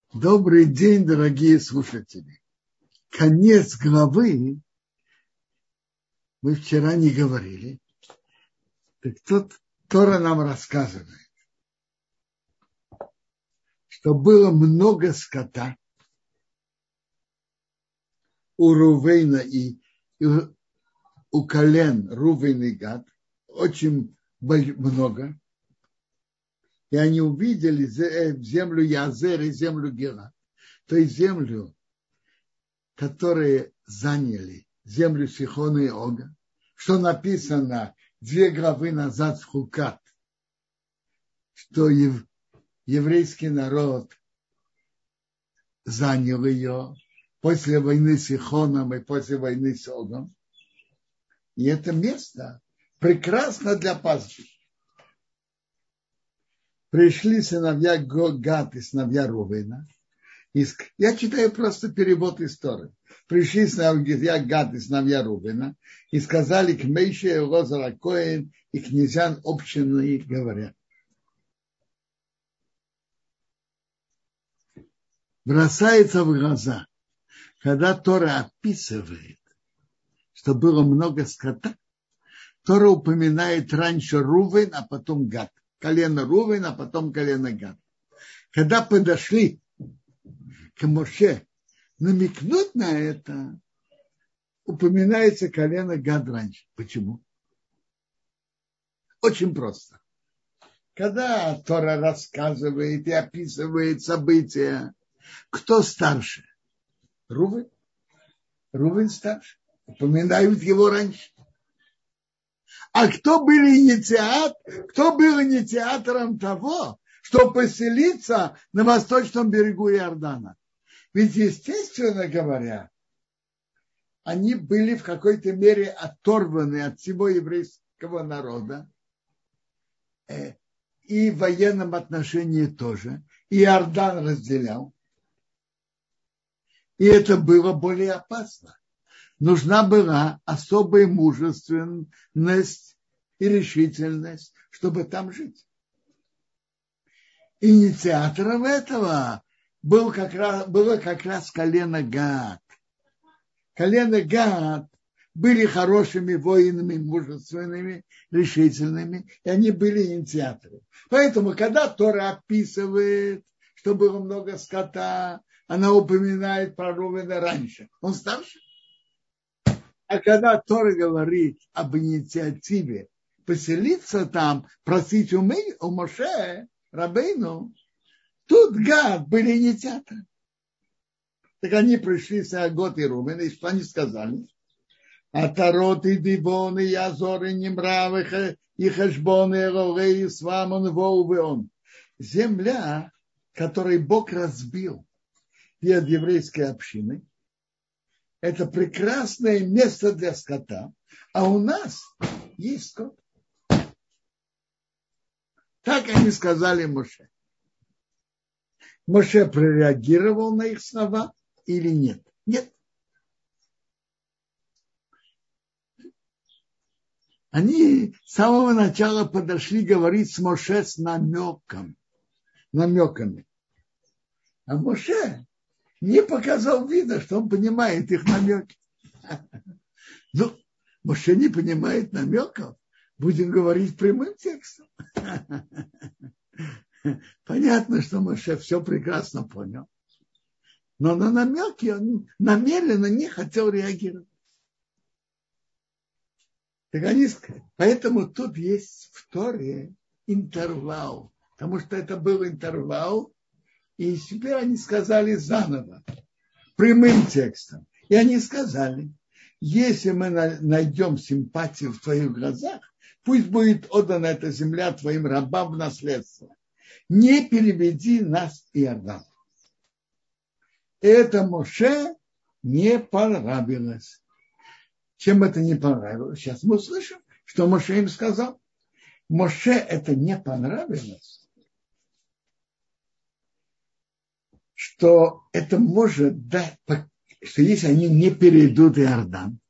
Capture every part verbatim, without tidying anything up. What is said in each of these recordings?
Добрый день, дорогие слушатели. Конец главы мы вчера не говорили. Так тут Тора нам рассказывает, что было много скота у Рувейна и, и у колен Рувейн и Гад, очень много. И они увидели землю Язер и землю Гера, то есть землю, которые заняли землю Сихона и Ога, что написано две главы назад в Хукат, что ев, еврейский народ занял ее после войны с Сихоном и после войны с Огом. И это место прекрасно для пастбища. Пришли сыновья Гад и сыновья Рувейна. Я читаю просто перевод истории. Пришли сыновья Гад и сыновья Рувейна и сказали к Мейше и Лозара Коэн и князьям общины, говоря: бросается в глаза, когда Тора описывает, что было много скота, Тора упоминает раньше Рувейн, а потом Гад. Колено Рувейн, а потом колено Гад. Когда подошли к Моше намекнуть на это, упоминается колено Гад раньше. Почему? Очень просто. Когда Тора рассказывает и описывает события, кто старше? Рувейн. Рувейн старше. Упоминают его раньше. А кто был инициатор, кто был инициатором того, чтобы поселиться на восточном берегу Иордана? Ведь, естественно говоря, они были в какой-то мере оторваны от всего еврейского народа, и в военном отношении тоже. И Иордан разделял. И это было более опасно. Нужна была особая мужественность и решительность, чтобы там жить. Инициатором этого был как раз, было как раз колено Гад. Колено Гад были хорошими воинами, мужественными, решительными, и они были инициаторы. Поэтому, когда Тора описывает, что было много скота, она упоминает про Рувена раньше. Он старше. А когда Тора говорит об инициативе поселиться там, просить у, мы, у Моше, Рабейну, тут Гад были инициаторы. Так они пришли с Год и Рувен, и что они сказали? Атарот и Дивон, и Язор, и Нимрав, и Хешбон, и Рогей, и Свамон, Воувеон. Земля, которой Бог разбил перед еврейской общиной, это прекрасное место для скота, а у нас есть скот. Так они сказали Моше. Моше прореагировал на их слова или нет? Нет. Они с самого начала подошли говорить с Моше с намеком, намеками. А Моше не показал вида, что он понимает их намеки. Ну, Моше не понимает намеков. Будем говорить прямым текстом. Понятно, что Моше все прекрасно понял. Но на намеки он намеренно не хотел реагировать. Так они сказали. Поэтому тут есть в Торе интервал. Потому что это был интервал. И теперь они сказали заново, прямым текстом. И они сказали: если мы найдем симпатию в твоих глазах, пусть будет отдана эта земля твоим рабам в наследство. Не переведи нас Иордан. Это Моше не понравилось. Чем это не понравилось? Сейчас мы услышим, что Моше им сказал. Моше это не понравилось, что это может дать, что если они не перейдут Иордан,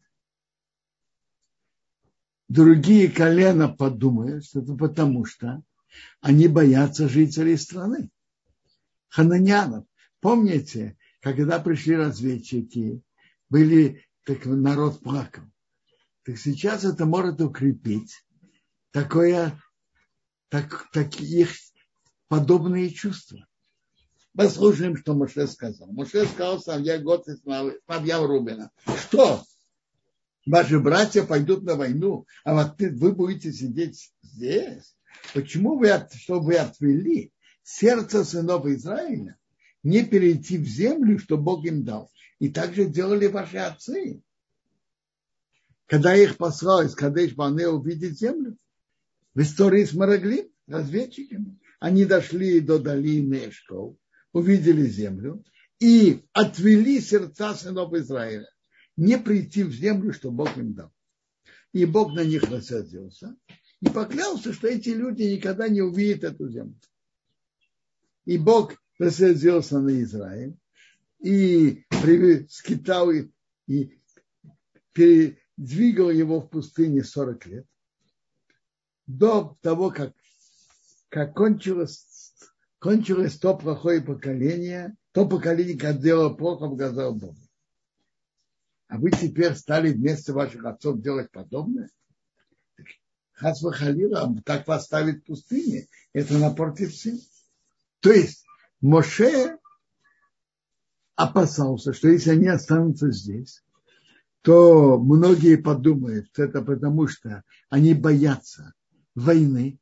другие колена подумают, что это потому что они боятся жителей страны. хананянов. Помните, когда пришли разведчики, были, так народ плакал. Так сейчас это может укрепить такое, так, так их подобные чувства. Послушаем, что Моше сказал. Моше сказал сыновьям Год и сыновьям Рубена. Что? Ваши братья пойдут на войну, а вот вы будете сидеть здесь? Почему вы, чтобы вы отвели сердце сынов Израиля, не перейти в землю, что Бог им дал? И так же делали ваши отцы. Когда их послал из Кадеш-Барнеа увидеть землю, в истории с Мараглим, разведчиками, они дошли до долины Эшкол, увидели землю и отвели сердца сынов Израиля, не прийти в землю, что Бог им дал. И Бог на них рассердился и поклялся, что эти люди никогда не увидят эту землю. И Бог рассердился на Израиль и скитал и, и передвигал его в пустыне сорок лет до того, как, как кончилось, кончилось то плохое поколение, то поколение, которое делало плохо в глазах Бога. А вы теперь стали вместо ваших отцов делать подобное? Хас вахалила, так вас ставит в пустыне. Это напортит всем. То есть Моше опасался, что если они останутся здесь, то многие подумают, что это потому, что они боятся войны.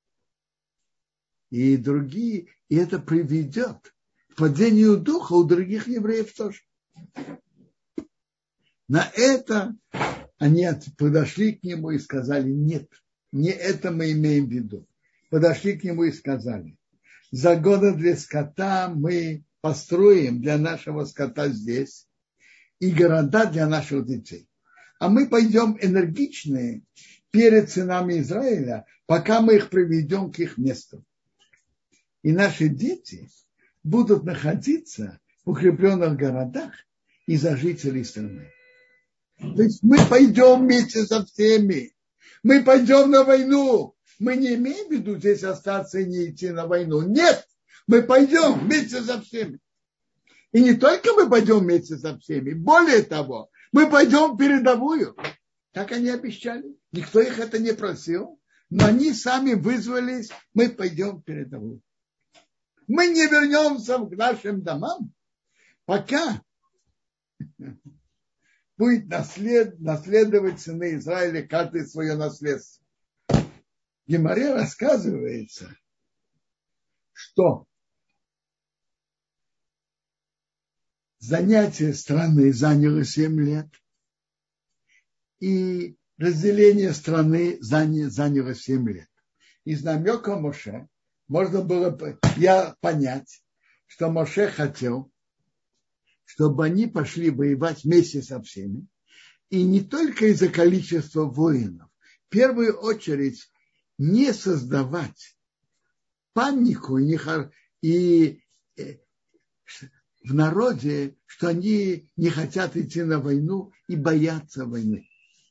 И другие, и это приведет к падению духа у других евреев тоже. На это они подошли к нему и сказали: нет, не это мы имеем в виду. Подошли к нему и сказали: загоны для скота мы построим для нашего скота здесь и города для наших детей. А мы пойдем энергичные перед сынами Израиля, пока мы их приведем к их месту. И наши дети будут находиться в укрепленных городах из-за жителей страны. То есть мы пойдем вместе со всеми. Мы пойдем на войну. Мы не имеем в виду здесь остаться и не идти на войну. Нет, мы пойдем вместе со всеми. И не только мы пойдем вместе со всеми. Более того, мы пойдем в передовую. Так они обещали. Никто их это не просил. Но они сами вызвались. Мы пойдем в передовую. Мы не вернемся к нашим домам, пока будет наслед, наследовать сыны Израиля каждый свое наследство. В Гемаре рассказывается, что занятие страны заняло семь лет, и разделение страны заняло семь лет. Из намека Моше можно было я понять, что Моше хотел, чтобы они пошли воевать вместе со всеми, и не только из-за количества воинов. В первую очередь не создавать панику и, и в народе, что они не хотят идти на войну и боятся войны.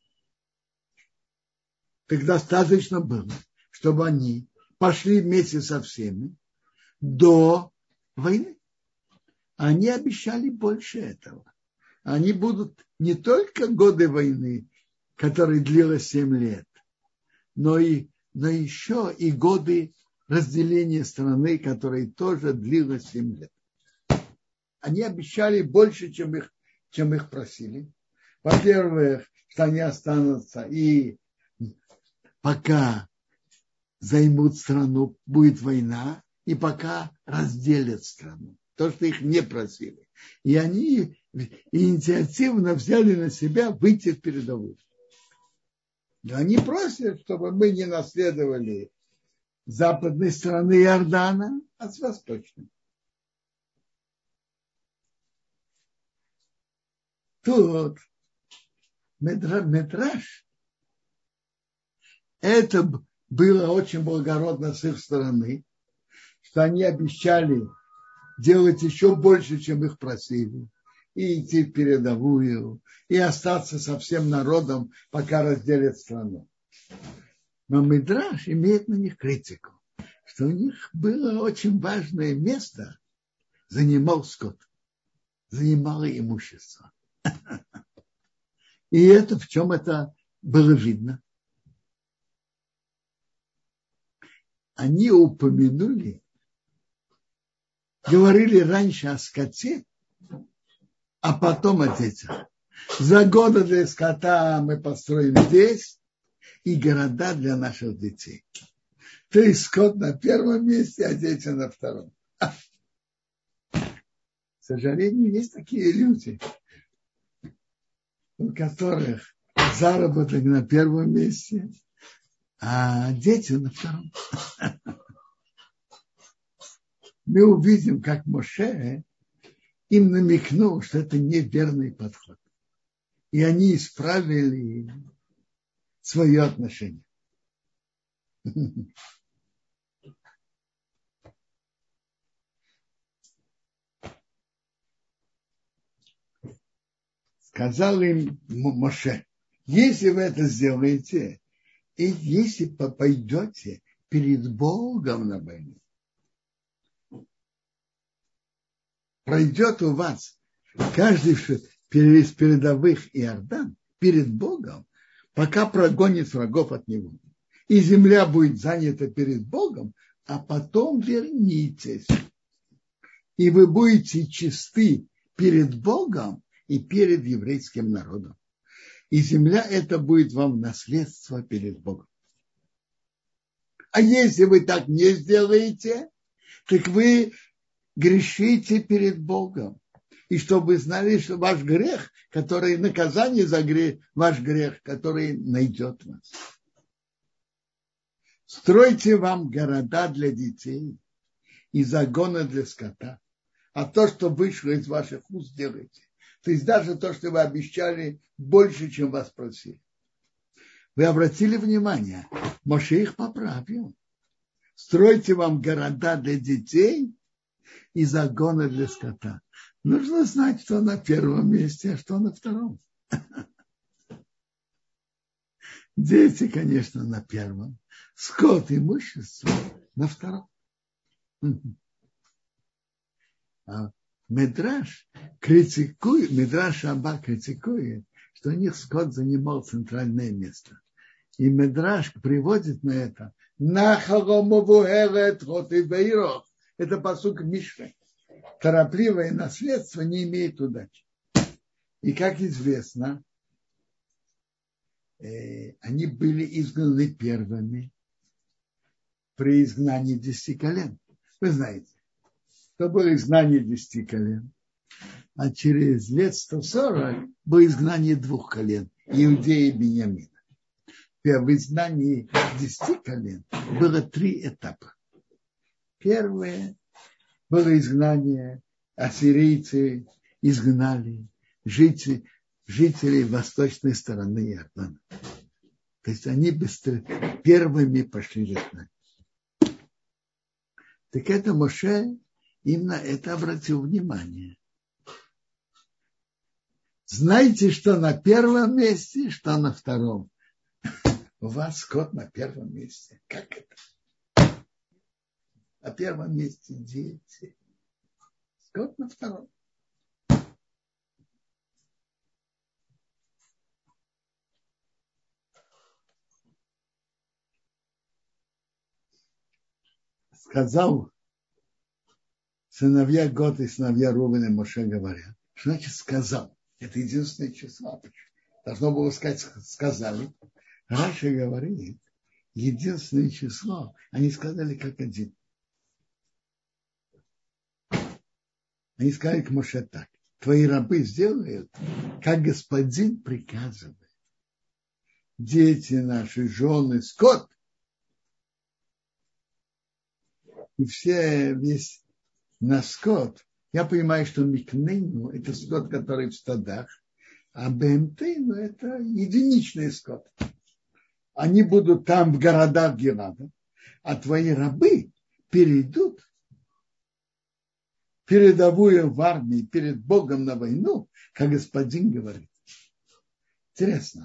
Так достаточно было, чтобы они пошли вместе со всеми до войны. Они обещали больше этого. Они будут не только годы войны, которые длились семь лет, но, и, но еще и годы разделения страны, которые тоже длилось семь лет. Они обещали больше, чем их, чем их просили. Во-первых, что они останутся и пока займут страну, будет война, и пока разделят страну. То, что их не просили. И они инициативно взяли на себя выйти в передовую. Но они просят, чтобы мы не наследовали западной стороны Иордана, а с восточной. Тут Медраж, это было очень благородно с их стороны, что они обещали делать еще больше, чем их просили, и идти в передовую, и остаться со всем народом, пока разделят страну. Но Мидраш имеет на них критику, что у них было очень важное место занимал скот, занимало имущество. И это, в чем это было видно? Они упомянули, говорили раньше о скоте, а потом о детях. Загоны для скота мы построим здесь, и города для наших детей. То есть скот на первом месте, а дети на втором. К сожалению, есть такие люди, у которых заработок на первом месте, а дети на втором. Мы увидим, как Моше им намекнул, что это неверный подход. И они исправили свое отношение. Сказал им Моше, если вы это сделаете, и если пойдете перед Богом на войну, пройдет у вас каждый из передовых Иордан перед Богом, пока прогонит врагов от него. И земля будет занята перед Богом, а потом вернитесь. И вы будете чисты перед Богом и перед еврейским народом. И земля эта будет вам в наследство перед Богом. А если вы так не сделаете, так вы грешите перед Богом. И чтобы вы знали, что ваш грех, который наказание за грех, ваш грех, который найдет вас. Стройте вам города для детей и загоны для скота. А то, что вышло из ваших уст, делайте. То есть даже то, что вы обещали, больше, чем вас просили. Вы обратили внимание, Моше их поправил. Стройте вам города для детей и загоны для скота. Нужно знать, что на первом месте, а что на втором. Дети, конечно, на первом. Скот, имущество на втором. А Медраш критикует, Медраш Шаба критикует, что у них скот занимал центральное место. И Медраш приводит на это это пасук Мишры. Торопливое наследство не имеет удачи. И как известно, э, они были изгнаны первыми при изгнании десяти колен. Вы знаете, что было изгнание десяти колен, а через лет сто сорок было изгнание двух колен, Иудеи и Беньямина. В изгнании десяти колен было три этапа. Первое было изгнание, ассирийцы изгнали жители, жителей восточной стороны Иордана. То есть они быстро первыми пошли в изгнание. Так это Моше именно это обратил внимание. Знаете, что на первом месте, что на втором? У вас скот на первом месте. Как это? На первом месте дети. Скот на втором. Сказал сыновья Год и сыновья Рувена Моше говорят. Что значит сказал? Это единственное число. Должно было сказать сказали. Раши говорит, единственное число. Они сказали как один. Они сказали к Моше так. Твои рабы сделают, как господин приказывает. Дети наши, жены, скот. И все, весь на скот. Я понимаю, что микнейну – это скот, который в стадах, а бэмтейну – это единичный скот. Они будут там в городах Гилада, а твои рабы перейдут передовую в армии перед Богом на войну, как господин говорит. Интересно.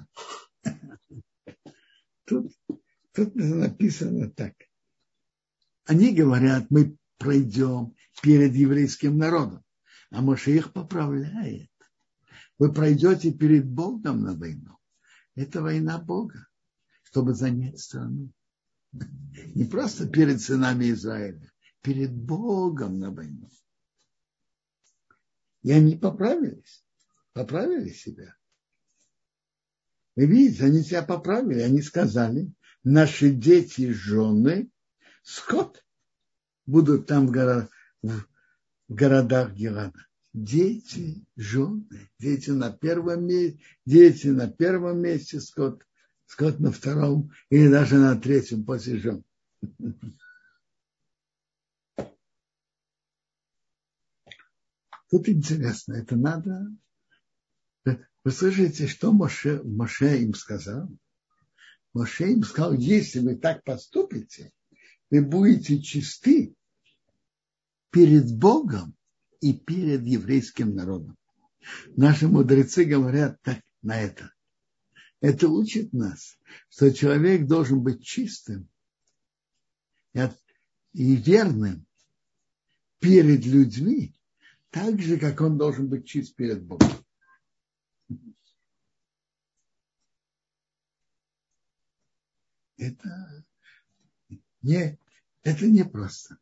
Тут, тут написано так. Они говорят, мы пройдем перед еврейским народом. А Моше их поправляет. Вы пройдете перед Богом на войну. Это война Бога, чтобы занять страну. Не просто перед сынами Израиля, перед Богом на войну. И они поправились. Поправили себя. Вы видите, они себя поправили. Они сказали, наши дети, жены, скот будут там в, горо, в городах Гилада. Дети, жены, дети на первом месте, дети на первом месте, скот, скот на втором или даже на третьем после жен. Тут интересно, это надо... Вы слышите, что Моше, Моше им сказал? Моше им сказал, если вы так поступите, вы будете чисты перед Богом и перед еврейским народом. Наши мудрецы говорят так на это. Это учит нас, что человек должен быть чистым и верным перед людьми, так же, как он должен быть чист перед Богом. Это не, это не просто.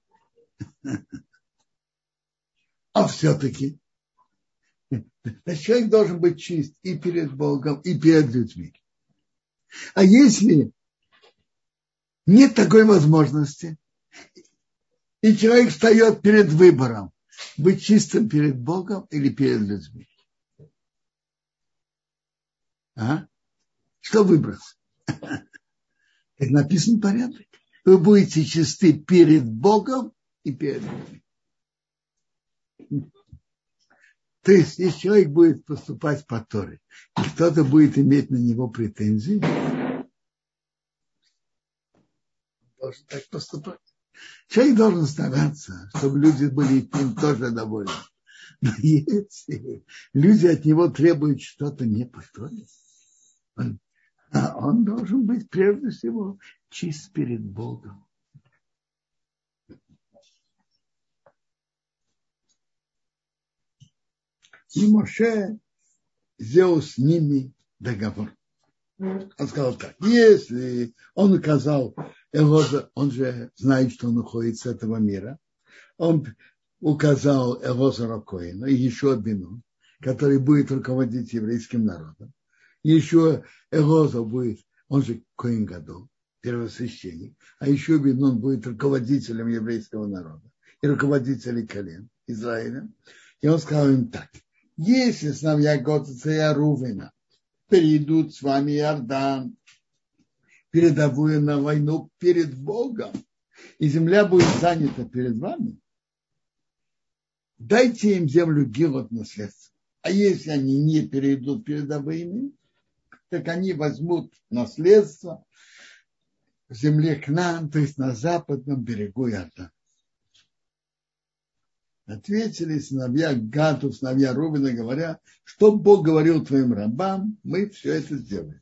А все-таки человек должен быть чист и перед Богом, и перед людьми. А если нет такой возможности, и человек встает перед выбором, быть чистым перед Богом или перед людьми. А? Что выбрать? Это написан порядок. Вы будете чисты перед Богом и перед людьми. То есть, если человек будет поступать по Торе, и кто-то будет иметь на него претензии, должен так поступать. Человек должен стараться, чтобы люди были им тоже довольны. Но если люди от него требуют что-то не по Торе, он, а он должен быть прежде всего чист перед Богом. И Моше сделал с ними договор. Он сказал так, если он указал, он же знает, что он уходит с этого мира, он указал Элозара Коэна и еще Бину, который будет руководить еврейским народом. Еще Элозар будет, он же Коэн Гадол, первосвященник, а еще Бину он будет руководителем еврейского народа и руководителем колен Израиля. И он сказал им так, если сыновья Гада царя Рувена перейдут с вами Иордан, передовую на войну перед Богом, и земля будет занята перед вами, дайте им землю Гилот наследство. А если они не перейдут передовыми, так они возьмут наследство в земле Кнаан, то есть на западном берегу Иордана. Ответили сыновья Гаду, сыновья Рувена, говоря, что Бог говорил твоим рабам, мы все это сделаем.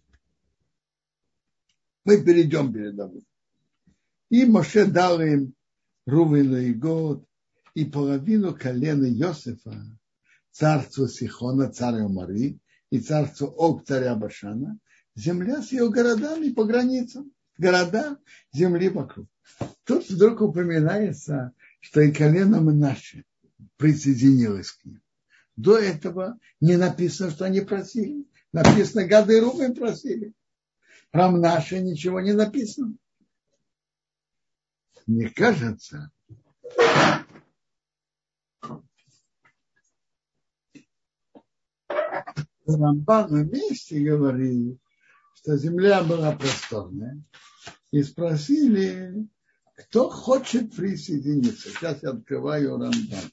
Мы перейдем передовую. И Моше дал им Рувену и Гад и половину колена Йосефа, царству Сихона, царя Мари, и царству Ог, царя Башана, земля с ее городами по границам, города земли вокруг. Тут вдруг упоминается, что и колено Мнаше присоединилось к ним. До этого не написано, что они просили. Написано, Гад и Рувен просили. Про Мнаше ничего не написано. Мне кажется, Рамбан вместе говорит, что земля была просторная, и спросили, кто хочет присоединиться. Сейчас я открываю Рамбан.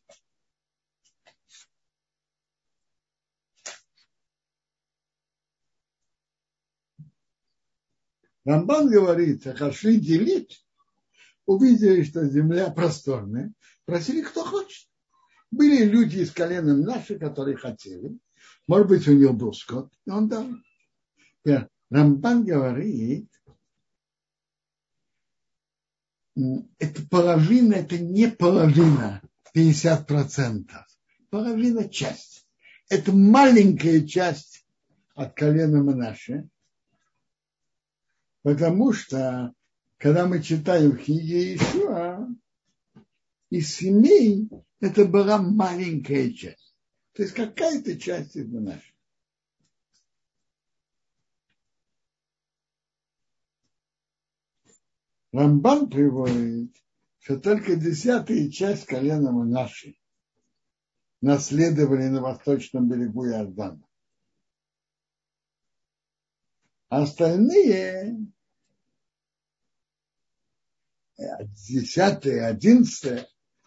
Рамбан говорит, а шли делить, увидели, что земля просторная, просили, кто хочет. Были люди из колена наших, которые хотели. Может быть, у него был скот, и он дал. Рамбан говорит, это половина, это не половина, пятьдесят процентов. Половина часть. Это маленькая часть от колена Манаше, потому что, когда мы читаем в книге Иешуа, из семей это была маленькая часть. То есть какая-то часть из Манаше. Рамбан приводит, что только десятая часть колена Манаше наследовали на восточном берегу Иордана. А остальные, десятая, одиннадцатая,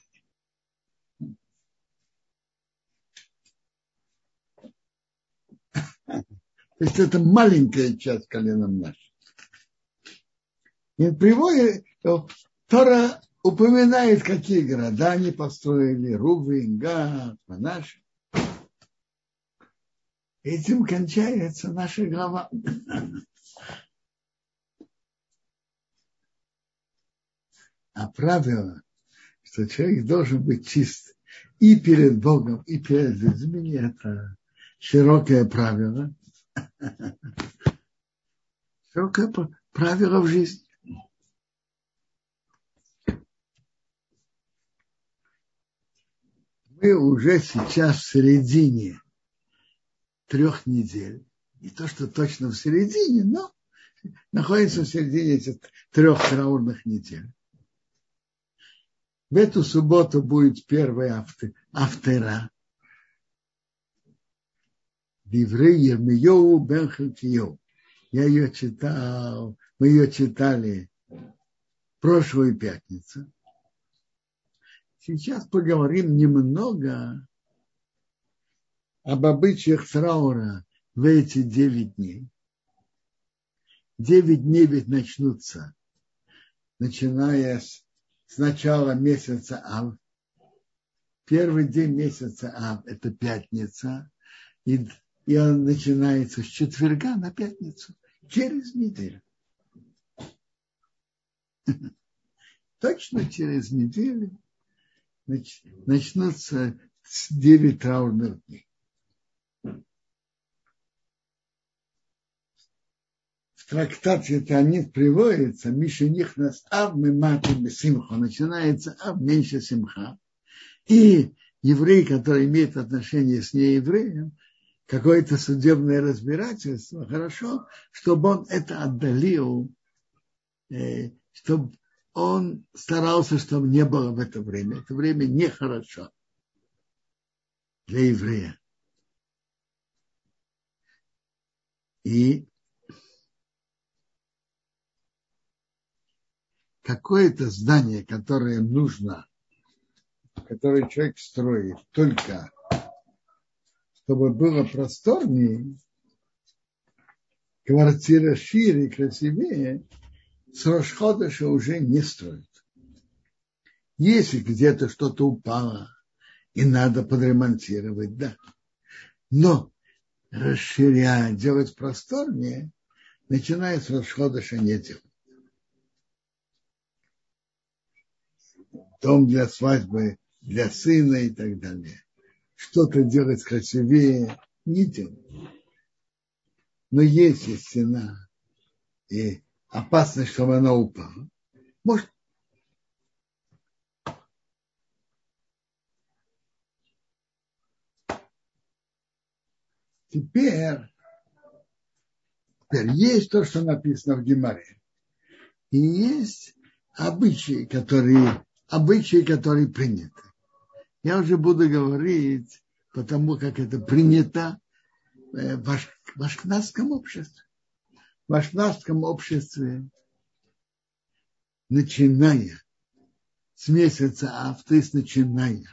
то есть это маленькая часть колена Манаше. И приводит, Тора упоминает, какие города они построили, Рувен, Гад, Манаше. Этим кончается наша глава. А правило, что человек должен быть чист и перед Богом, и перед людьми, это широкое правило. Широкое правило в жизни. Мы уже сейчас в середине трех недель. Не то, что точно в середине, но находится в середине этих трех траурных недель. В эту субботу будет первая автора. Диврей Йирмияу бен Хилкияу. Я ее читал, мы ее читали прошлую пятницу. Сейчас поговорим немного об обычаях траура в эти девять дней. Девять дней ведь начнутся, начиная с, с начала месяца Ав. Первый день месяца Ав – это пятница, и, и он начинается с четверга на пятницу, через неделю. Точно через неделю начнутся девять траурных дней. В трактате Таанит приводится Мишених нас Ав мы матим симха. Начинается Ав меньше симха. И еврей, который имеет отношение с неевреем, какое-то судебное разбирательство, хорошо, чтобы он это отдалил, чтобы он старался, чтобы не было в это время. Это время нехорошо для еврея. И какое-то здание, которое нужно, которое человек строит только, чтобы было просторнее, квартира шире, красивее, с Рош-ходеша уже не строят. Если где-то что-то упало и надо подремонтировать, да. Но расширять, делать просторнее, начиная с Рош-ходеша не делать. Дом для свадьбы, для сына и так далее. Что-то делать красивее, не делать. Но если стена и опасность, чтобы она упала, может. Теперь, теперь есть то, что написано в Гемаре. И есть обычаи, которые, обычаи, которые приняты. Я уже буду говорить, потому как это принято в ашкеназском обществе. В ашкеназском обществе, начиная с месяца Ав, то есть начиная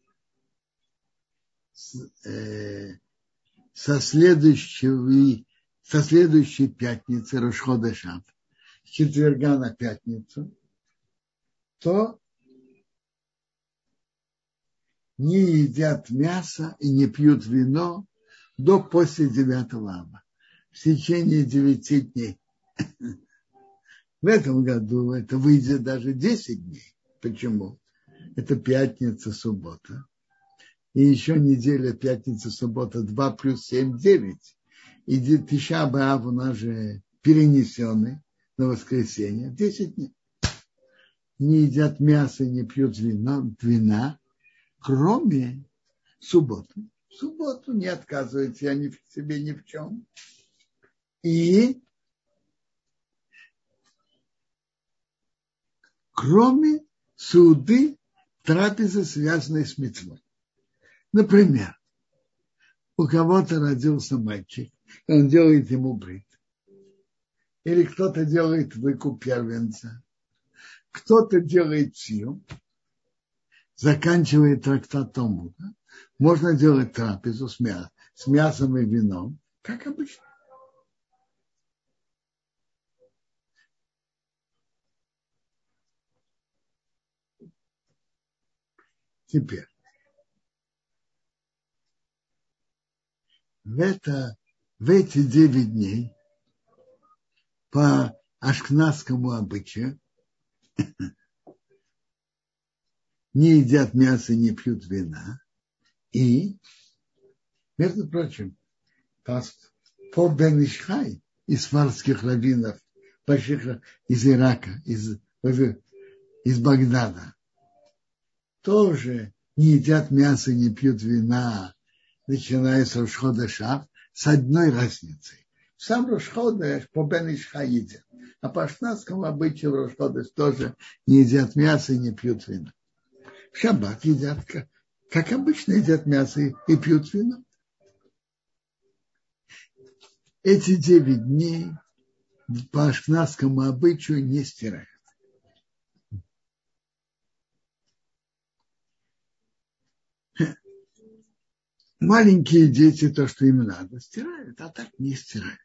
с, э, со, следующего, со следующей пятницы Рош-ходеш Ав, с четверга на пятницу, то не едят мясо и не пьют вино до после девятого ава. В течение девяти дней. В этом году это выйдет даже десять дней. Почему? Это пятница, суббота. И еще неделя, пятница, суббота, два плюс семь, девять. И Тиша б'Ав у нас же перенесенный на воскресенье, десять дней. Не едят мясо, не пьют вина, вина, кроме субботы. В субботу не отказываются они в себе ни в чем. И кроме суды, трапезы, связанной с мицвой. Например, у кого-то родился мальчик, и он делает ему брит. Или кто-то делает выкуп первенца. Кто-то делает сию, заканчивает трактат Талмуда. Можно делать трапезу с мясом, с мясом и вином, как обычно. Теперь. В, это, в эти девять дней по ашкназскому обычаю не едят мясо, не пьют вина. И, между прочим, по Бен Ишхай из фарских раввинов, больших из Ирака, из, из Багдада, тоже не едят мясо, не пьют вина, начиная с Рош ха-Шав, с одной разницей. Сам Рош ха-Ходеш по Бен Ишхай едят, а по ашкназскому обычаю в Рош ха-Ходеш тоже не едят мясо и не пьют вина. В шаббат едят, как, как обычно, едят мясо и, и пьют вино. Эти девять дней по ашкназскому обычаю не стирают. Маленькие дети то, что им надо, стирают, а так не стирают.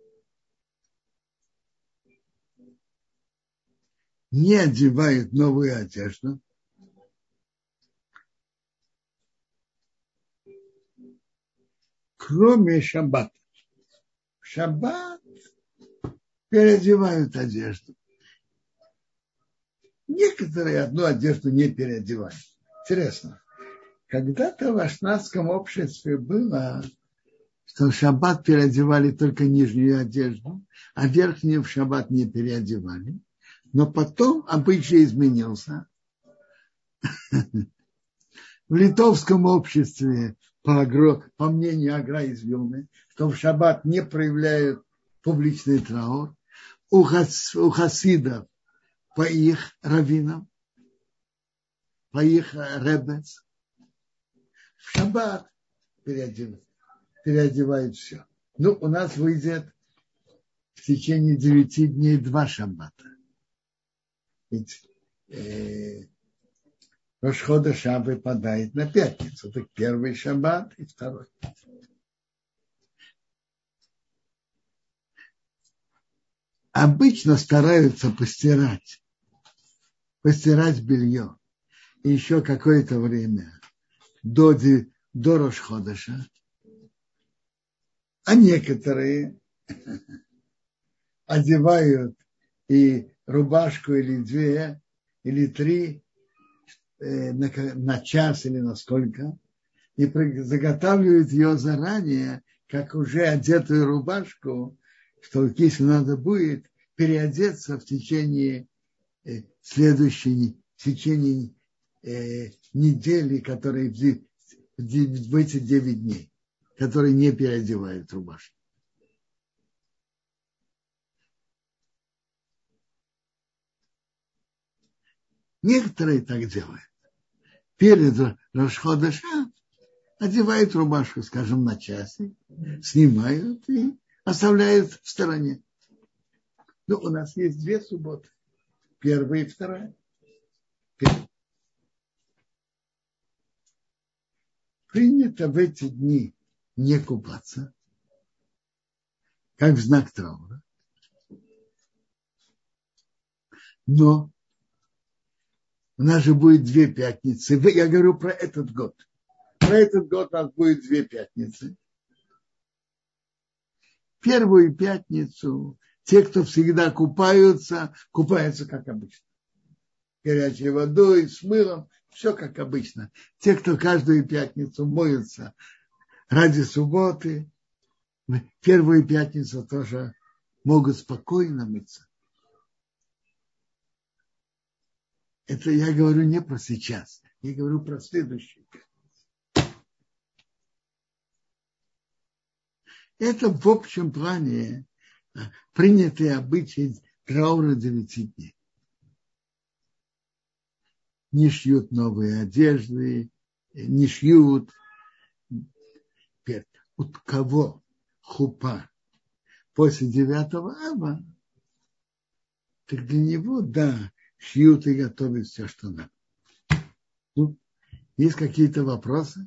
Не одевают новую одежду. Кроме шаббата. В шаббат переодевают одежду. Некоторые одну одежду не переодевают. Интересно. Когда-то в ашкназском обществе было, что в шаббат переодевали только нижнюю одежду, а верхнюю в шаббат не переодевали. Но потом обычай изменился. В литовском обществе, по, по мнению Агра из Вилны, что в шаббат не проявляют публичный траур. У, хас, у хасидов по их раввинам, по их ребец, в шаббат переодевают, переодевают все. Ну, у нас выйдет в течение девяти дней два шаббата. Ведь э, Рош ха-Шав выпадает на пятницу. Так первый шаббат и второй. Обычно стараются постирать. Постирать белье. И еще какое-то время до, до Рош ха-Ходеша. А некоторые одевают и рубашку или две, или три э, на, на час или на сколько, и заготавливают ее заранее, как уже одетую рубашку, что если надо будет переодеться в течение э, следующей, в течение э, недели, которые в, в эти девять дней, которые не переодевают рубашку. Некоторые так делают. Перед Рош ха-Шав одевают рубашку, скажем, на часик, снимают и оставляют в стороне. Ну, у нас есть две субботы. Первая и вторая. Первая. Принято в эти дни не купаться, как в знак траура. Но у нас же будет две пятницы. Я говорю про этот год. Про этот год у нас будет две пятницы. Первую пятницу Те, кто всегда купаются, купаются как обычно. Горячей водой, с мылом, все как обычно. Те, кто каждую пятницу моются ради субботы, в первую пятницу тоже могут спокойно мыться. Это я говорю не про сейчас, я говорю про следующий. Это в общем плане принятые обычаи траура девяти дней. Не шьют новые одежды, не шьют. У кого хупа после девятого ава, так для него, да, шьют и готовят все, что надо. Ну, есть какие-то вопросы?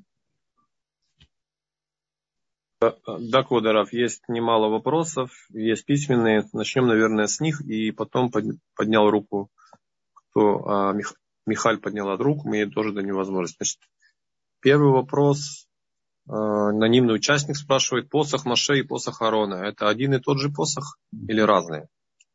Да, Квода Рав, есть немало вопросов, есть письменные. Начнем, наверное, с них, и потом поднял руку, кто, а, Мих, Михаль подняла руку, мы ей тоже дадим возможность. Значит, первый вопрос, а, анонимный участник спрашивает, посох Моше и посох Аарона, это один и тот же посох или разные?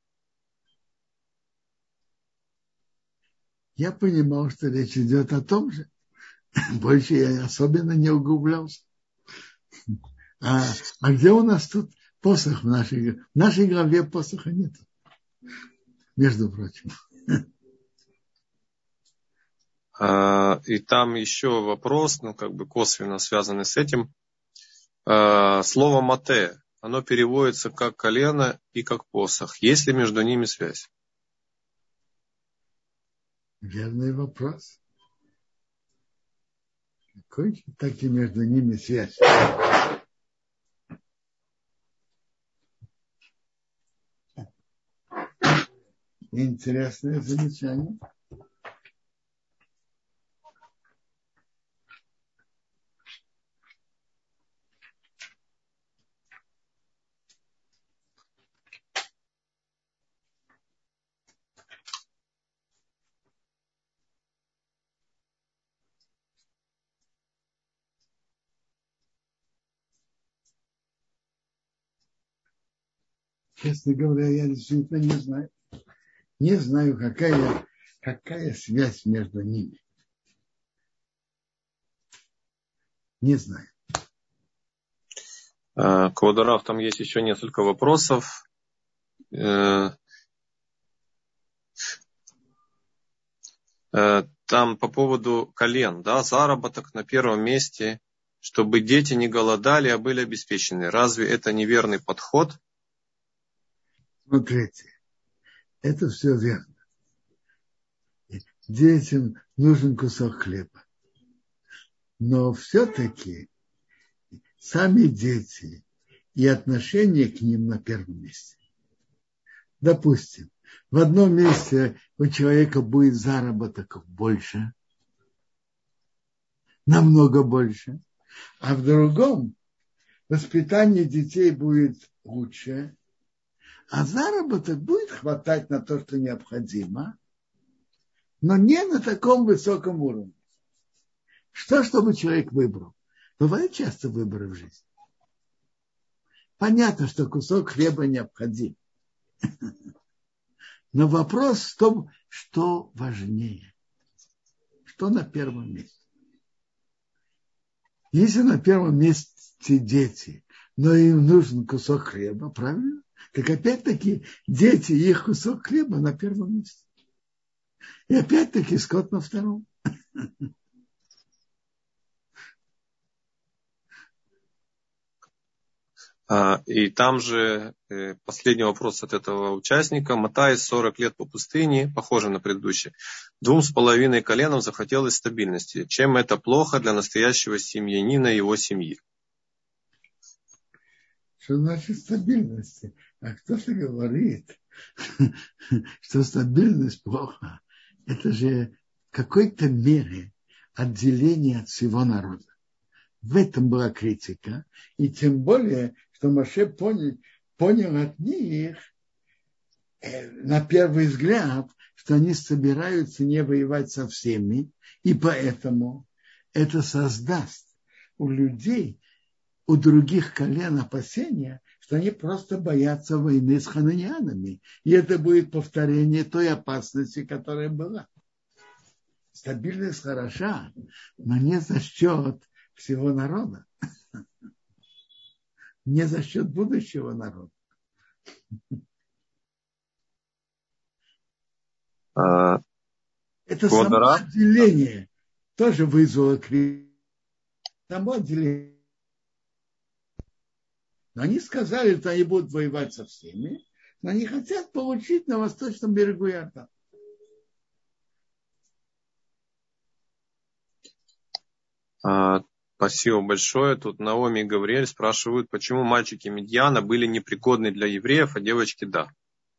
Я понимал, что речь идет о том же. Больше я особенно не углублялся. А, а где у нас тут посох в нашей, в нашей главе посоха нет, между прочим. А, и там еще вопрос, ну как бы косвенно связанный с этим. А, слово мате, оно переводится как колено и как посох. Есть ли между ними связь? Верный вопрос. Какой так и между ними связь? Интересное замечание. Честно говоря, я действительно не знаю. Не знаю, какая, какая связь между ними. Не знаю. Квода Рав, там есть еще несколько вопросов. Там по поводу колен, да, заработок на первом месте, чтобы дети не голодали, а были обеспечены. Разве это неверный подход? Смотрите, это все верно. Детям нужен кусок хлеба. Но все-таки сами дети и отношение к ним на первом месте. Допустим, в одном месте у человека будет заработок больше, намного больше, а в другом воспитание детей будет лучше, а заработок будет хватать на то, что необходимо, но не на таком высоком уровне. Что, чтобы человек выбрал? Бывают часто выборы в жизни. Понятно, что кусок хлеба необходим. Но вопрос в том, что важнее. Что на первом месте? Если на первом месте дети, но им нужен кусок хлеба, правильно? Так опять-таки дети и их кусок хлеба на первом месте. И опять-таки скот на втором. И там же последний вопрос от этого участника. Мотаясь сорок лет по пустыне, похоже на предыдущий, двум с половиной коленам захотелось стабильности. Чем это плохо для настоящего семьянина и его семьи? Что значит стабильности? А кто-то говорит, что стабильность плохо. Это же в какой-то мере отделение от всего народа. В этом была критика. И тем более, что Моше понял, понял от них, э, на первый взгляд, что они собираются не воевать со всеми, и поэтому это создаст у людей у других колен опасения, что они просто боятся войны с хананеянами. И это будет повторение той опасности, которая была. Стабильность хороша, но не за счет всего народа. Не за счет будущего народа. А, это само отделение тоже вызвало критику. Само отделение. Но они сказали, что они будут воевать со всеми, но они хотят получить на восточном берегу Иордана. А, спасибо большое. Тут Наоми и Гавриэль спрашивают, почему мальчики Медьяна были непригодны для евреев, а девочки да.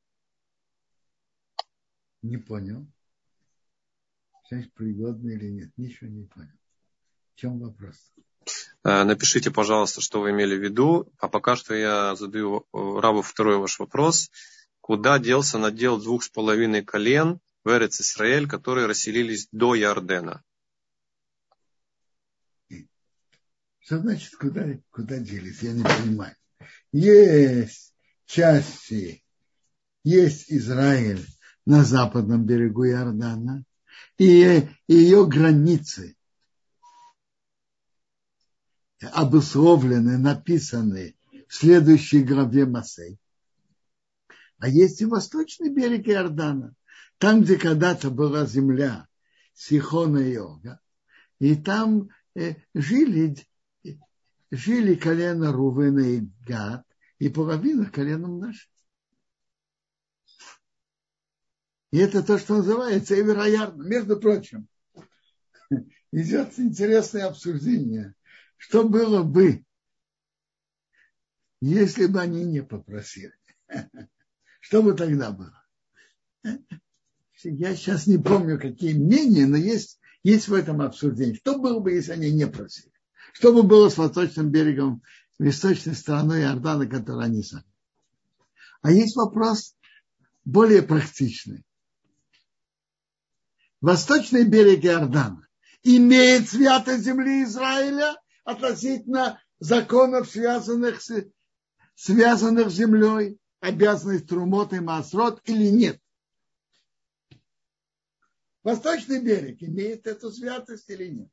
Не понял. Сейчас пригодны или нет. Ничего не понял. В чем вопрос? Напишите, пожалуйста, что вы имели в виду. А пока что я задаю Раву второй ваш вопрос. Куда делся надел двух с половиной колен в Эрец Исраэль, которые расселились до Иордена? Что значит, куда, куда делись? Я не понимаю. Есть части, есть Израиль на западном берегу Иордана, и ее границы обусловлены, написаны в следующей главе Масей. А есть и восточный берег Иордана, там, где когда-то была земля Сихона и Ога, и там э, жили, жили колено Рувена и Гад, и половина коленом нашим. И это то, что называется Эвероярно. Между прочим, идет интересное обсуждение, что было бы, если бы они не попросили. Что бы тогда было? Я сейчас не помню, какие мнения, но есть, есть в этом обсуждении. Что было бы, если они не просили? Что бы было с восточным берегом, восточной стороной Иордана, которую они сами? А есть вопрос более практичный. Восточный берег Иордана имеет святость земли Израиля относительно законов, связанных с, связанных с землей, обязанность Трумот и Маасрот или нет? Восточный берег имеет эту святость или нет?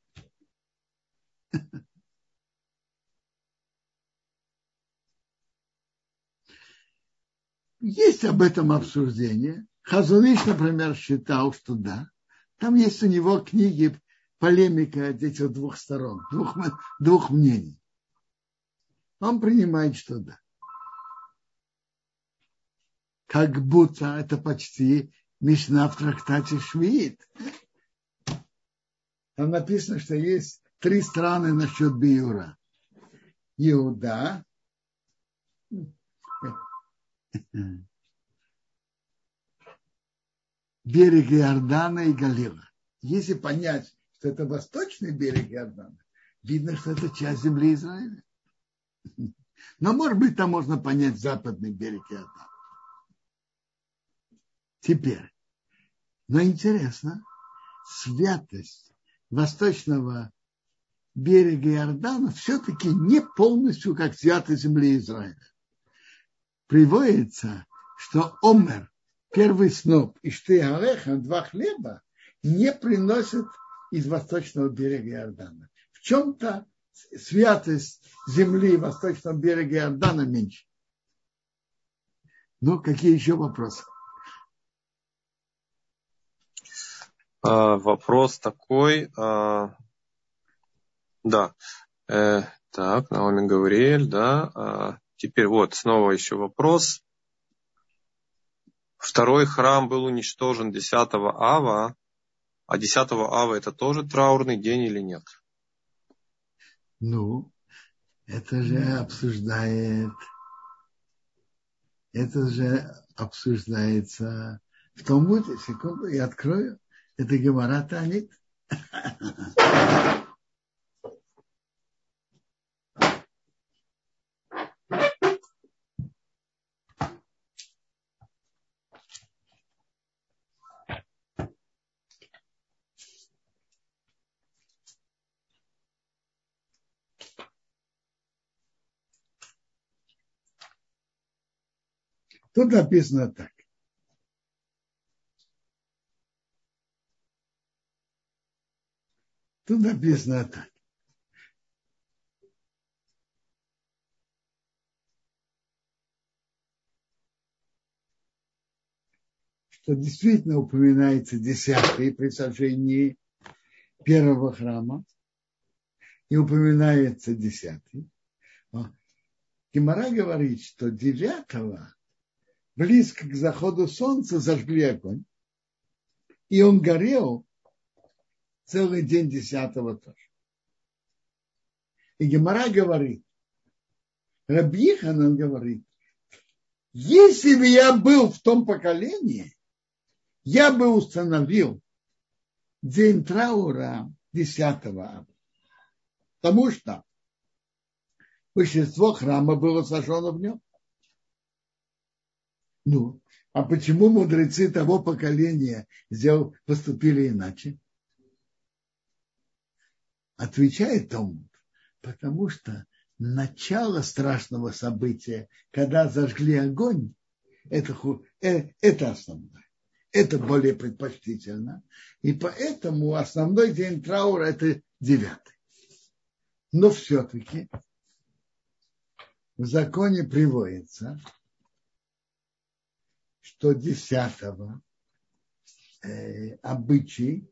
Есть об этом обсуждение. Хазон Иш, например, считал, что да. Там есть у него книги, полемика этих двух сторон, двух, двух мнений. Он принимает, что да. Как будто это почти Мишна в трактате Швиит. Там написано, что есть три страны насчет Биура. Иуда, берег Иордана и Галила. Если понять, что это восточный берег Иордана, видно, что это часть земли Израиля. Но, может быть, там можно понять западный берег Иордана. Теперь, но интересно, святость восточного берега Иордана все-таки не полностью как святость земли Израиля. Приводится, что Омер, первый сноп и Штей Алеха, два хлеба, не приносят из восточного берега Иордана. В чем-то святость земли восточного берега Иордана меньше. Ну, какие еще вопросы? А, вопрос такой. А, да. Э, так, Наоми Гавриэль, да. А, теперь вот снова еще вопрос. Второй храм был уничтожен десятого ава, а десятого ава это тоже траурный день или нет? Ну, это же обсуждает, это же обсуждается в Талмуде. Секунду, я открою. Это Гемара Таанит. Тут написано так. Тут написано так. Что действительно упоминается десятый при сожжении первого храма, и упоминается десятый. Гемара говорит, что девятого близко к заходу солнца зажгли огонь, и он горел целый день десятого тоже. И Гемара говорит, Раби Йоханан говорит, если бы я был в том поколении, я бы установил день траура десятого ава. Потому что большинство храма было сожжено в нем. Ну, а почему мудрецы того поколения сделал, поступили иначе? Отвечает Талмуд, потому что начало страшного события, когда зажгли огонь, это, это основное. Это более предпочтительно. И поэтому основной день траура – это девятый. Но все-таки в законе приводится, что десятого э, обычай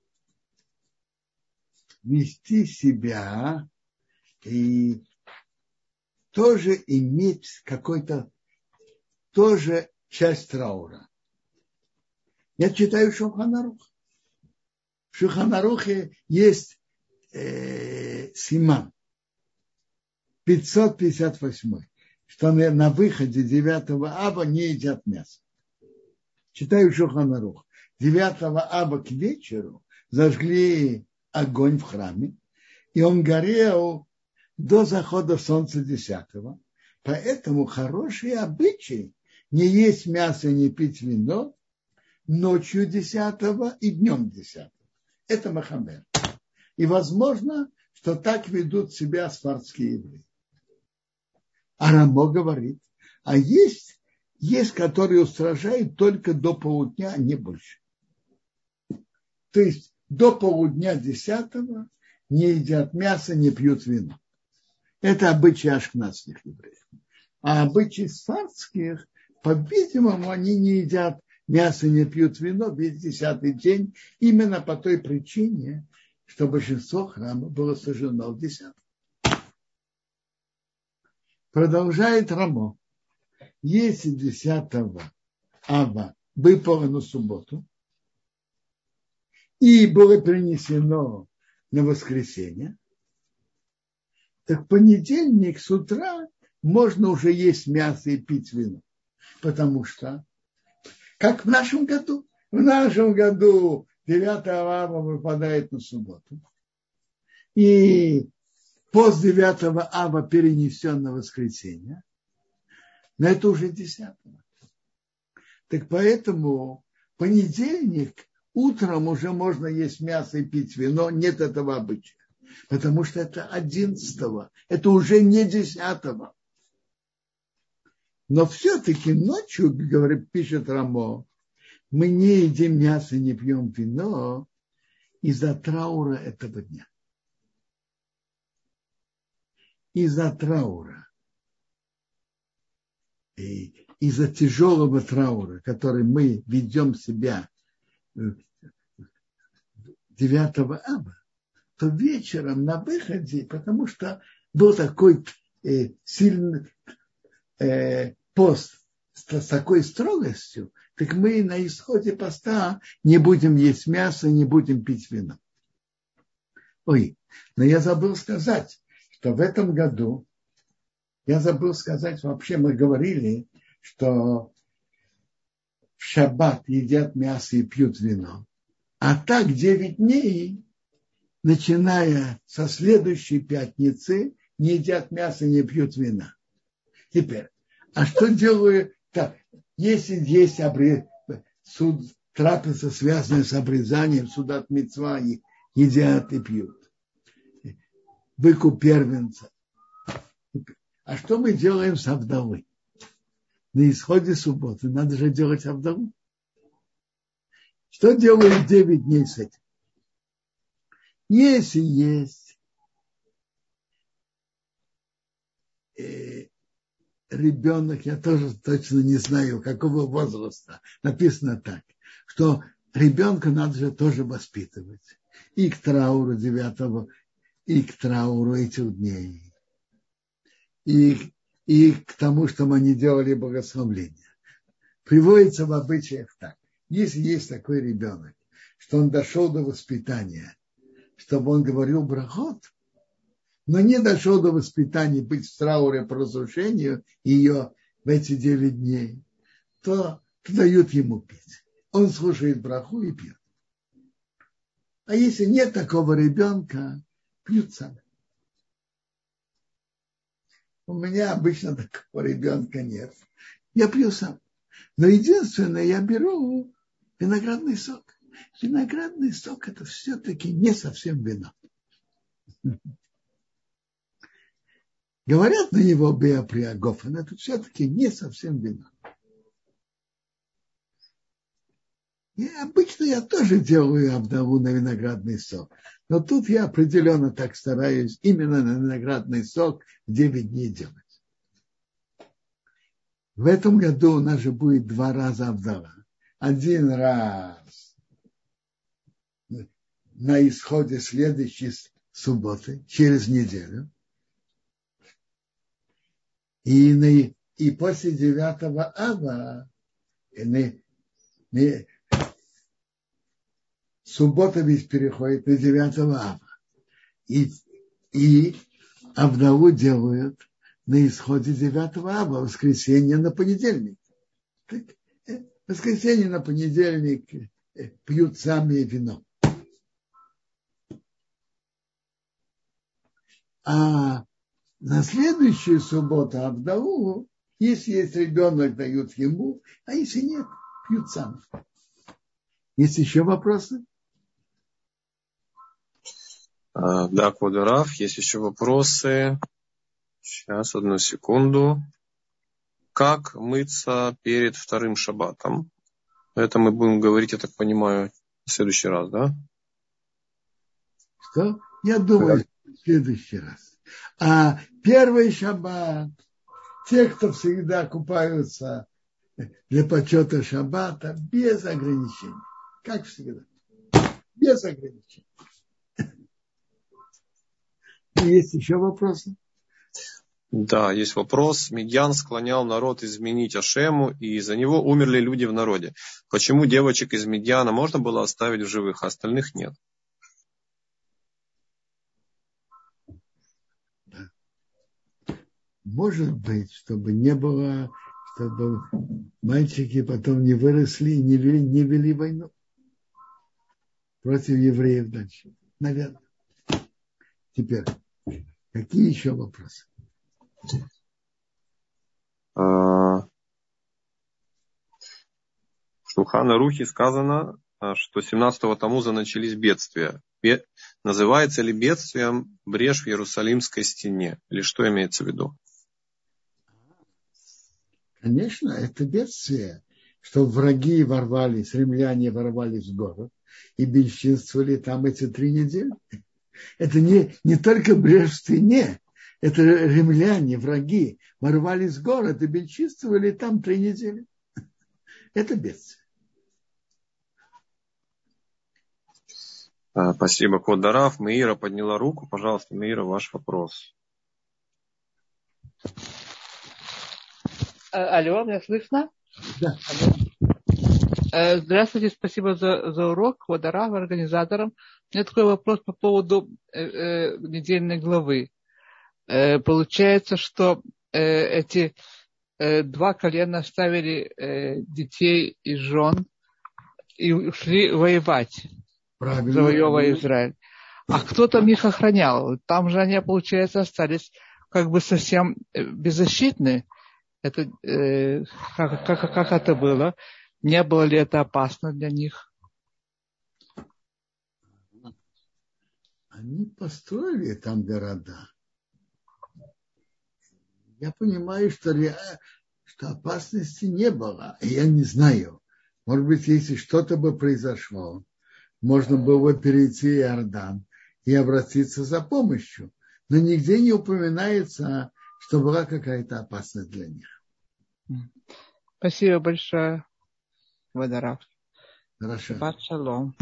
вести себя и тоже иметь какой-то, тоже часть траура. Я читаю Шулхан Арух. В Шулхан Арухе есть э, симан пятьсот пятьдесят восемь, что на, на выходе девятого аба не едят мясо. Читаю Шулхан Арух. девятого аба к вечеру зажгли огонь в храме, и он горел до захода солнца десятого. Поэтому хороший обычай не есть мясо, не пить вино ночью десятого и днем десятого. Это Махамер. И возможно, что так ведут себя сфардские евреи. А Рамо говорит, а есть, есть, которые устражают только до полудня, а не больше. То есть до полудня десятого не едят мясо, не пьют вино. Это обычаи ашкеназских евреев. А обычаи сфардских, по-видимому, они не едят мясо, не пьют вино весь десятый день, именно по той причине, что большинство храма было сожжено в десятом. Продолжает Рамо. Если десятого ава выпало на субботу и было принесено на воскресенье, так в понедельник с утра можно уже есть мясо и пить вино. Потому что, как в нашем году, в нашем году девятого ава выпадает на субботу. И пост девятого ава перенесен на воскресенье. Но это уже десятого. Так поэтому понедельник утром уже можно есть мясо и пить вино. Нет этого обычая. Потому что это одиннадцатого. Это уже не десятого. Но все-таки ночью, говорит, пишет Рамо, мы не едим мясо, не пьем вино из-за траура этого дня. Из-за траура. И из-за тяжелого траура, который мы ведем себя девятого ава, то вечером на выходе, потому что был такой э, сильный э, пост с, с такой строгостью, так мы на исходе поста не будем есть мясо, не будем пить вино. Ой, но я забыл сказать, что в этом году, я забыл сказать, вообще мы говорили, что в шаббат едят мясо и пьют вино. А так девять дней, начиная со следующей пятницы, не едят мясо, не пьют вина. Теперь, а что делают, так, если есть обрез, суд, трапеза, связанная с обрезанием, судат мицва, едят и пьют. Выкуп первенца. А что мы делаем с вдовой? на исходе субботы надо же делать авдалу. Что делают девять дней с этим? Если есть э, ребенок, я тоже точно не знаю, какого возраста, написано так, что ребенка надо же тоже воспитывать. И к трауру девятого, и к трауру этих дней. И, и к тому, чтобы они делали богословление. Приводится в обычаях так. Если есть такой ребенок, что он дошел до воспитания, чтобы он говорил брахот, но не дошел до воспитания быть в трауре по разрушению ее в эти девять дней, то дают ему пить. Он слушает браху и пьет. А если нет такого ребенка, пьют сами. У меня обычно такого ребенка нет. Я пью сам. Но единственное, я беру виноградный сок. Виноградный сок – это все-таки не совсем вино. Говорят на него биоприагоф, но это все-таки не совсем вино. И обычно я тоже делаю авдалу на виноградный сок. Но тут я определенно так стараюсь именно на виноградный сок в девять дней делать. В этом году у нас же будет два раза авдала. Один раз на исходе следующей субботы, через неделю. И, на, и после девятого ава на, на, суббота ведь переходит на девятого ава. И, и авдалу делают на исходе девятого ава, воскресенье на понедельник. Так, воскресенье на понедельник пьют сами вино. А на следующую субботу авдалу, если есть ребенок, дают ему, а если нет, пьют сами. Есть еще вопросы? Да, Квадарав, есть еще вопросы. Сейчас, одну секунду. Как мыться перед вторым шаббатом? Это мы будем говорить, я так понимаю, в следующий раз, да? Что? Я думаю, в следующий раз. А первый шаббат, те, кто всегда купаются для почета шаббата, без ограничений. Как всегда. Без ограничений. Есть еще вопросы? Да, есть вопрос. Медьян склонял народ изменить Ашему, и из-за него умерли люди в народе. Почему девочек из Медьяна можно было оставить в живых, а остальных нет? Может быть, чтобы не было, чтобы мальчики потом не выросли и не вели, не вели войну против евреев дальше. Наверное. Теперь, какие еще вопросы? В Шулхан Арухе сказано, что семнадцатого Тамуза начались бедствия. Называется ли бедствием брешь в Иерусалимской стене? Или что имеется в виду? Конечно, это бедствие, что враги ворвались, римляне ворвались в город и бесчинствовали там эти три недели. Это не, не только брешь в стене, это римляне, враги, ворвались в город и бесчинствовали там три недели. Это бедствие. Спасибо, Квадарав. Меира подняла руку. Пожалуйста, Меира, ваш вопрос. Алло, меня слышно? Да. Здравствуйте, спасибо за, за урок, Квадарав, организаторам. У меня такой вопрос по поводу э, э, недельной главы. Э, получается, что э, эти э, два колена оставили э, детей и жен и ушли воевать, Правильно. завоевывая Израиль. А кто там их охранял? Там же они, получается, остались как бы совсем беззащитны. Это, э, как, как, как это было? Не было ли это опасно для них? Они построили там города. Я понимаю, что, что опасности не было. Я не знаю. Может быть, если что-то бы произошло, можно было бы перейти Иордан и обратиться за помощью. Но нигде не упоминается, что была какая-то опасность для них. Спасибо большое, Водорав. Хорошо. Шаббат шалом.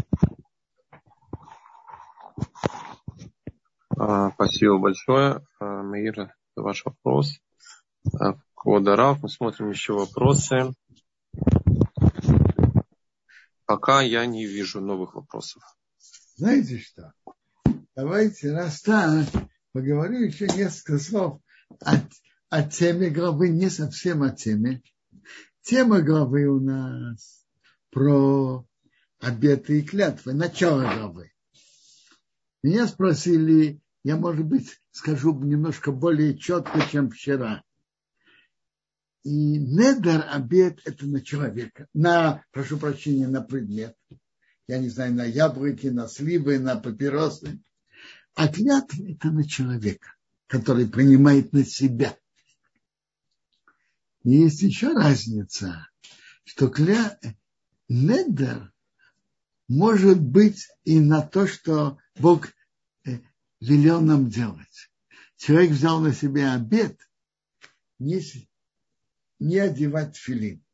Спасибо большое, Меир, за ваш вопрос. Водорав, мы смотрим еще вопросы. Пока я не вижу новых вопросов. Знаете что? Давайте, раз так, поговорю еще несколько слов о, о теме главы, не совсем о теме. Тема главы у нас про обеты и клятвы, начало главы. Меня спросили, я, может быть, скажу немножко более четко, чем вчера. И недер, обет – это на человека, на, прошу прощения, на предмет. Я не знаю, на яблоки, на сливы, на папиросы. А клятва – это на человека, который принимает на себя. И есть еще разница, что кля... недер может быть и на то, что Бог велел нам делать. Человек взял на себя обет не, не одевать тфилин.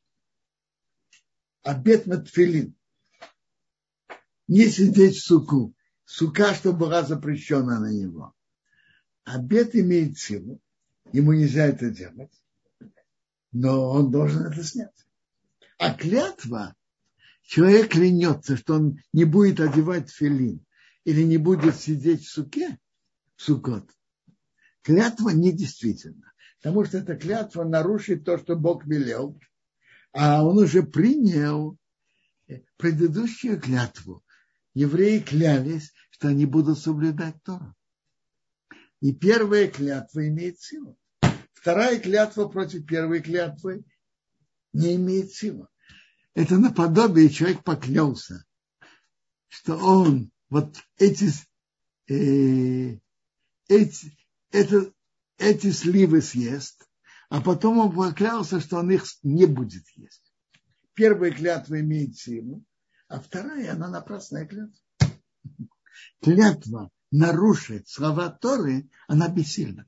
Обет на тфилин. Не сидеть в суку. Сука, что была запрещена на него. Обет имеет силу. Ему нельзя это делать. Но он должен это снять. А клятва, человек клянется, что он не будет одевать тфилин или не будет сидеть в суке, в сукот. Клятва недействительна. Потому что эта клятва нарушит то, что Бог велел. А он уже принял предыдущую клятву. Евреи клялись, что они будут соблюдать Тору. И первая клятва имеет силу. Вторая клятва против первой клятвы не имеет силы. Это наподобие человек поклялся, что он вот эти, э, эти, это, эти сливы съест, а потом он поклялся, что он их не будет есть. Первая клятва имеет силу, а вторая, она напрасная клятва. Клятва нарушить слова Торы, она бессильна.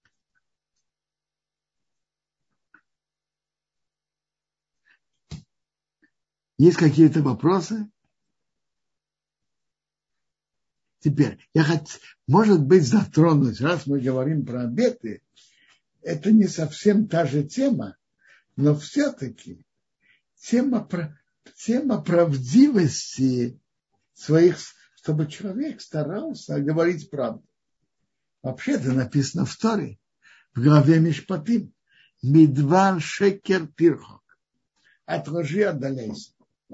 Есть какие-то вопросы? Теперь, я хочу, может быть, затронуть, раз мы говорим про обеты, это не совсем та же тема, но все-таки тема, тема правдивости своих, чтобы человек старался говорить правду. Вообще-то написано в Торе, в главе Мишпатим, «Мидвар шекер тирхок». От лжи отдаляйся.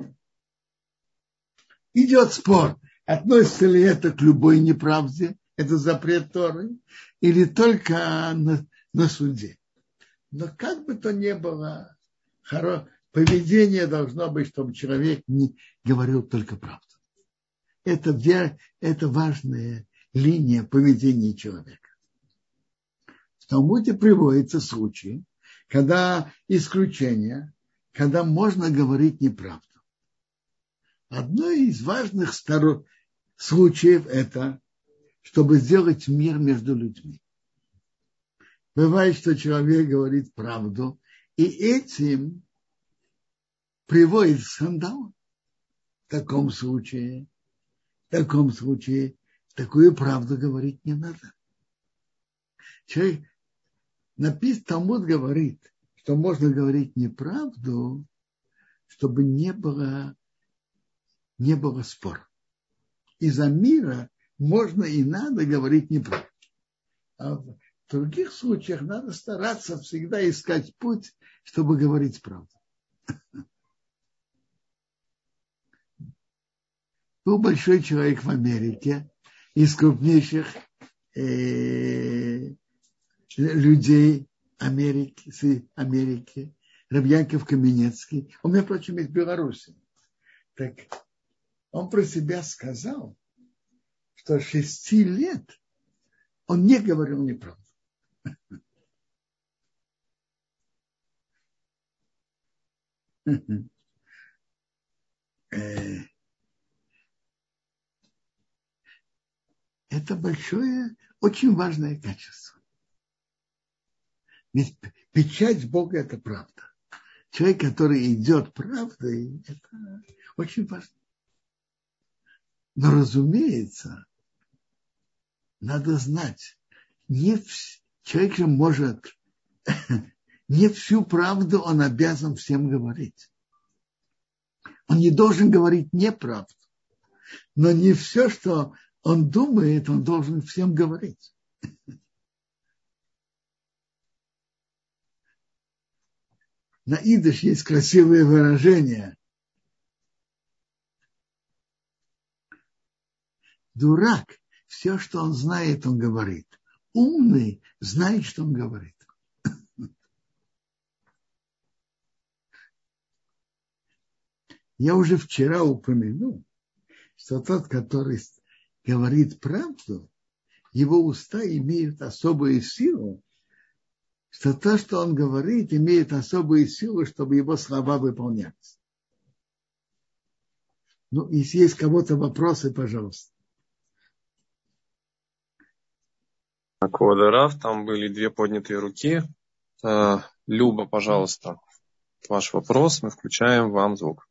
Идет спор, относится ли это к любой неправде, это запрет Торы, или только на, на суде. Но как бы то ни было, хоро... поведение должно быть, чтобы человек не говорил только правду. Это, это важная линия поведения человека. В Талмуде приводится случай, когда исключение, когда можно говорить неправду. Одно из важных сторон, случаев это, чтобы сделать мир между людьми. Бывает, что человек говорит правду, и этим приводит к скандалу. В таком случае, в таком случае, такую правду говорить не надо. Человек, написано, Талмуд говорит, что можно говорить неправду, чтобы не было не было спора. Из-за мира можно и надо говорить неправду. А в других случаях надо стараться всегда искать путь, чтобы говорить правду. Был большой человек в Америке, из крупнейших э, людей Америки, Америки, Рав Яков Каменецкий. Он, между прочим, из Беларуси. Так он про себя сказал, что шести лет он не говорил неправду. Это большое, очень важное качество. Ведь печать Бога – это правда. Человек, который идет правдой, это очень важно. Но, разумеется, надо знать, не в... человек же может, не всю правду он обязан всем говорить. Он не должен говорить неправду, но не все, что он думает, он должен всем говорить. На идиш есть красивое выражение. Дурак, все, что он знает, он говорит. Умный знает, что он говорит. Я уже вчера упомянул, что тот, который говорит правду, его уста имеют особую силу, что то, что он говорит, имеет особую силу, чтобы его слова выполнялись. Ну, если есть у кого-то вопросы, пожалуйста. Квадрат, там были две поднятые руки. Люба, пожалуйста, ваш вопрос. Мы включаем вам звук.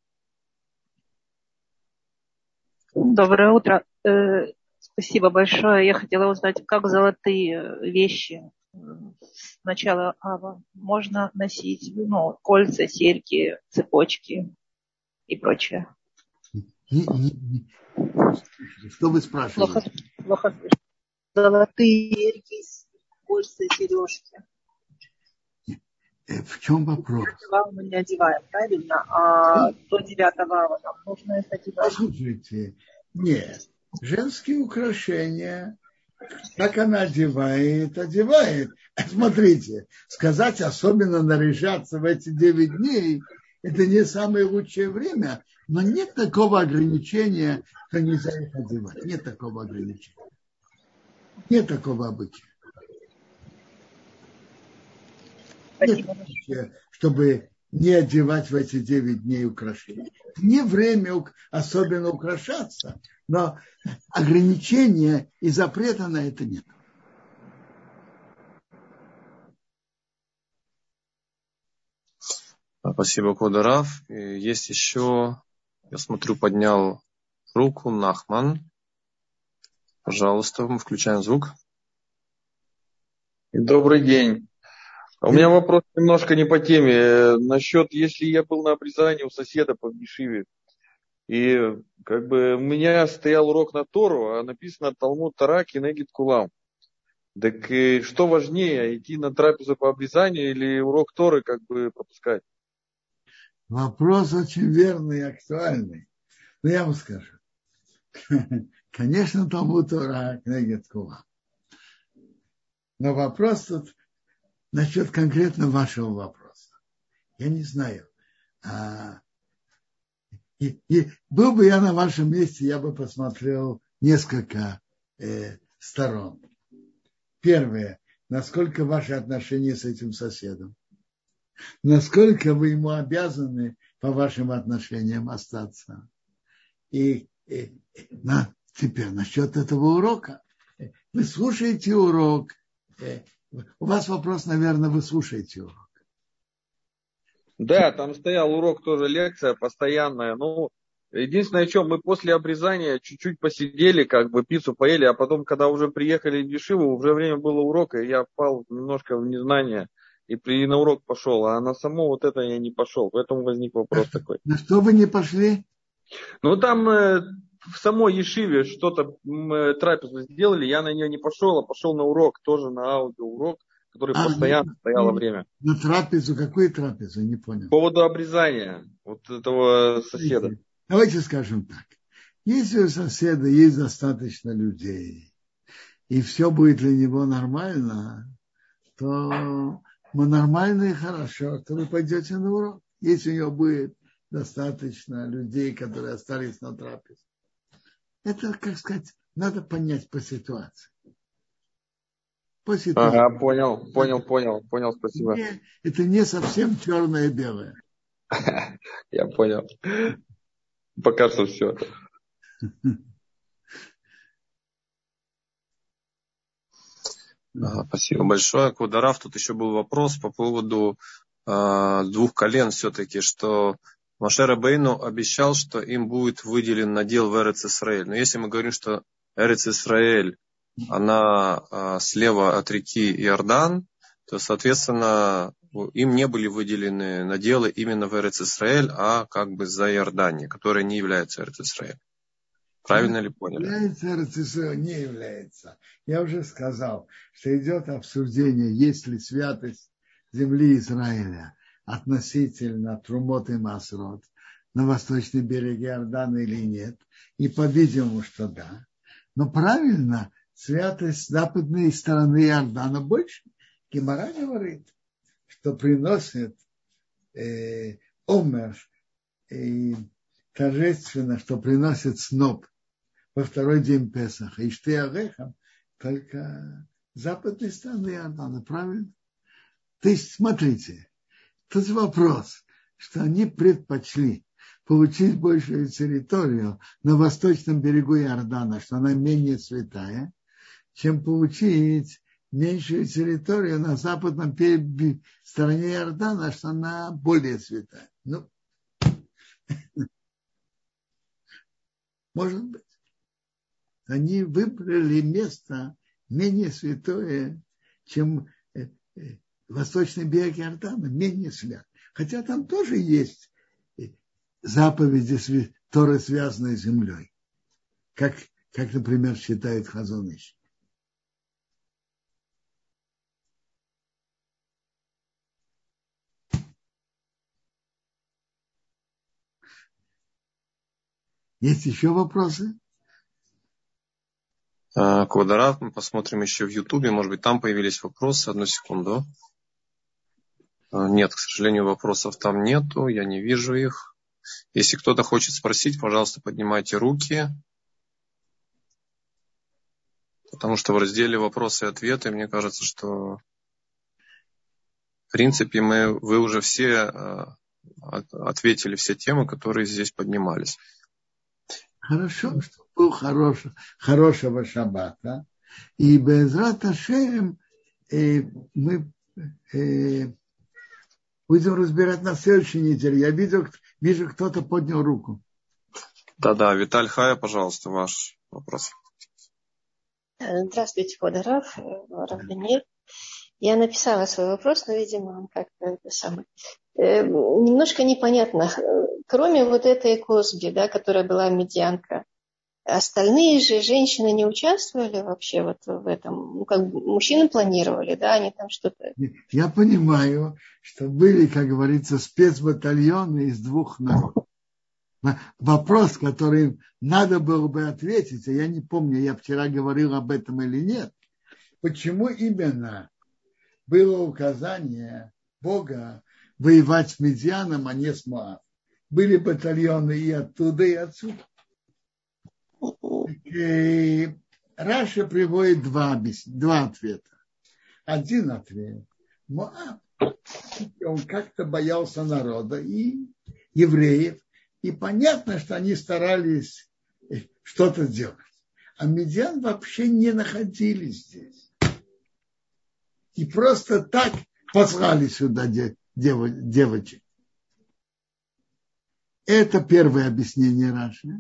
Доброе утро. Спасибо большое. Я хотела узнать, как золотые вещи с начала ава можно носить, ну, кольца, серьги, цепочки и прочее. Не, не, не. Что вы спрашиваете? Плохо, плохо слышу. Золотые серьги, кольца, сережки. В чем вопрос? девятого мы не одеваем, правильно? А до девятого ава нам нужно это одевать. Послушайте, нет. Женские украшения, как она одевает, одевает. Смотрите, сказать особенно наряжаться в эти девять дней, это не самое лучшее время, но нет такого ограничения, что нельзя их одевать. Нет такого ограничения. Нет такого обычая. Нет обычая, чтобы не одевать в эти девять дней украшения. Не время особенно украшаться, но ограничения и запрета на это нет. Спасибо, Квадрат. Есть еще, я смотрю, поднял руку Нахман. Пожалуйста, мы включаем звук. Добрый день. У меня вопрос немножко не по теме. Насчет, если я был на обрезании у соседа по Ешиве, и как бы у меня стоял урок на Тору, а написано Талмуд Тора Кенегид Кулам. Так и что важнее, идти на трапезу по обрезанию или урок Торы как бы пропускать? Вопрос очень верный и актуальный. Но я вам скажу. Конечно, Талмуд Тора Кенегид Кулам. Но вопрос тут насчет конкретно вашего вопроса. Я не знаю. А, и, и был бы я на вашем месте, я бы посмотрел несколько э, сторон. Первое. Насколько ваши отношения с этим соседом? Насколько вы ему обязаны по вашим отношениям остаться? И, и на, теперь насчет этого урока. Вы слушаете урок. Э, У вас вопрос, наверное, вы слушаете урок. Да, там стоял урок, тоже лекция постоянная. Ну, единственное, что мы после обрезания чуть-чуть посидели, как бы пиццу поели, а потом, когда уже приехали в Ешиву, уже время было урока, и я впал немножко в незнание и при, на урок пошел, а на само вот это я не пошел. Поэтому возник вопрос на такой. На что вы не пошли? Ну, там э, в самой Ешиве что-то мы трапезу сделали, я на нее не пошел, а пошел на урок, тоже на аудиоурок, который а, постоянно ну, стояло время. На трапезу? Какую трапезу? Не понял. По поводу обрезания вот этого соседа. Давайте скажем так. Если у соседа есть достаточно людей, и все будет для него нормально, то ну, нормально и хорошо, то вы пойдете на урок. Если у него будет достаточно людей, которые остались на трапезе. Это, как сказать, надо понять по ситуации. По ситуации. Ага, понял, понял, понял, понял, спасибо. Не, это не совсем черное и белое. Я понял. Пока что все. Спасибо большое. Квадарав, тут еще был вопрос по поводу э, двух колен все-таки, что Моше Рабейну обещал, что им будет выделен надел в Эрец Исраэль. Но если мы говорим, что Эрец Исраэль, она э, слева от реки Иордан, то, соответственно, им не были выделены наделы именно в Эрец Исраэль, а как бы за Иорданией, которая не является Эрец Исраэль. Правильно ли поняли? Является Эрец Исраэль, не является. Я уже сказал, что идет обсуждение, есть ли святость земли Израиля относительно Трумот и Масрот на восточный берег Иордана или нет. И, по-видимому, что да. Но правильно, святость западной стороны Иордана больше. Гемара говорит, что приносит э, омер и торжественно, что приносит сноп во второй день Песаха. И шты орехом только западной стороны Иордана, правильно? То есть, смотрите, тут вопрос, что они предпочли получить большую территорию на восточном берегу Иордана, что она менее святая, чем получить меньшую территорию на западном стороне Иордана, что она более святая. Ну, может быть. Они выбрали место менее святое, чем восточный берег Иордана, менее свят. Хотя там тоже есть заповеди Торы, связанные с землей. Как, как например, считает Хазон Иш. Есть еще вопросы? Квадрат, мы посмотрим еще в Ютубе. Может быть, там появились вопросы. Одну секунду. Нет, к сожалению, вопросов там нету. Я не вижу их. Если кто-то хочет спросить, пожалуйста, поднимайте руки. Потому что в разделе «Вопросы и ответы», мне кажется, что в принципе мы, вы уже все ответили все темы, которые здесь поднимались. Хорошо, что был хорош, хорошего шаббата. И Безрат Ашем э, мы э, будем разбирать на следующей неделе. Я видел, вижу, кто-то поднял руку. Да-да, Виталь Хая, пожалуйста, ваш вопрос. Здравствуйте, Квадарав, Рав Даниэль. Я написала свой вопрос, но, видимо, как-то это самое. Э, немножко непонятно. Кроме вот этой Косби, да, которая была медианка, остальные же женщины не участвовали вообще вот в этом. Ну, как бы мужчины планировали, да, они там что-то... Я понимаю, что были, как говорится, спецбатальоны из двух народов. Вопрос, который надо было бы ответить, а я не помню, я вчера говорил об этом или нет, почему именно было указание Бога воевать с Медианом, а не с Моавом. Были батальоны и оттуда, и отсюда. И Раша приводит два, два ответа. Один ответ. Моав, он как-то боялся народа и евреев, и понятно, что они старались что-то сделать. А Медиан вообще не находились здесь. И просто так послали сюда девочек. Это первое объяснение Раши.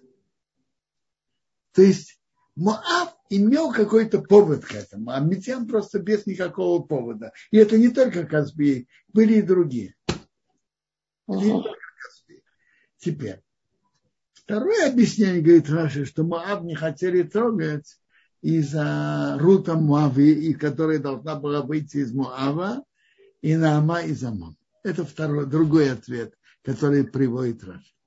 То есть Моав имел какой-то повод к этому, а Медиан просто без никакого повода. И это не только Казбей, были и другие. Не только Казбей. Теперь. Второе объяснение, говорит Раши, что Моав не хотели трогать из-за Рута Моави, и которая должна была выйти из Моава, и Наама из Амон. Это второй, другой ответ, который приводит Раши.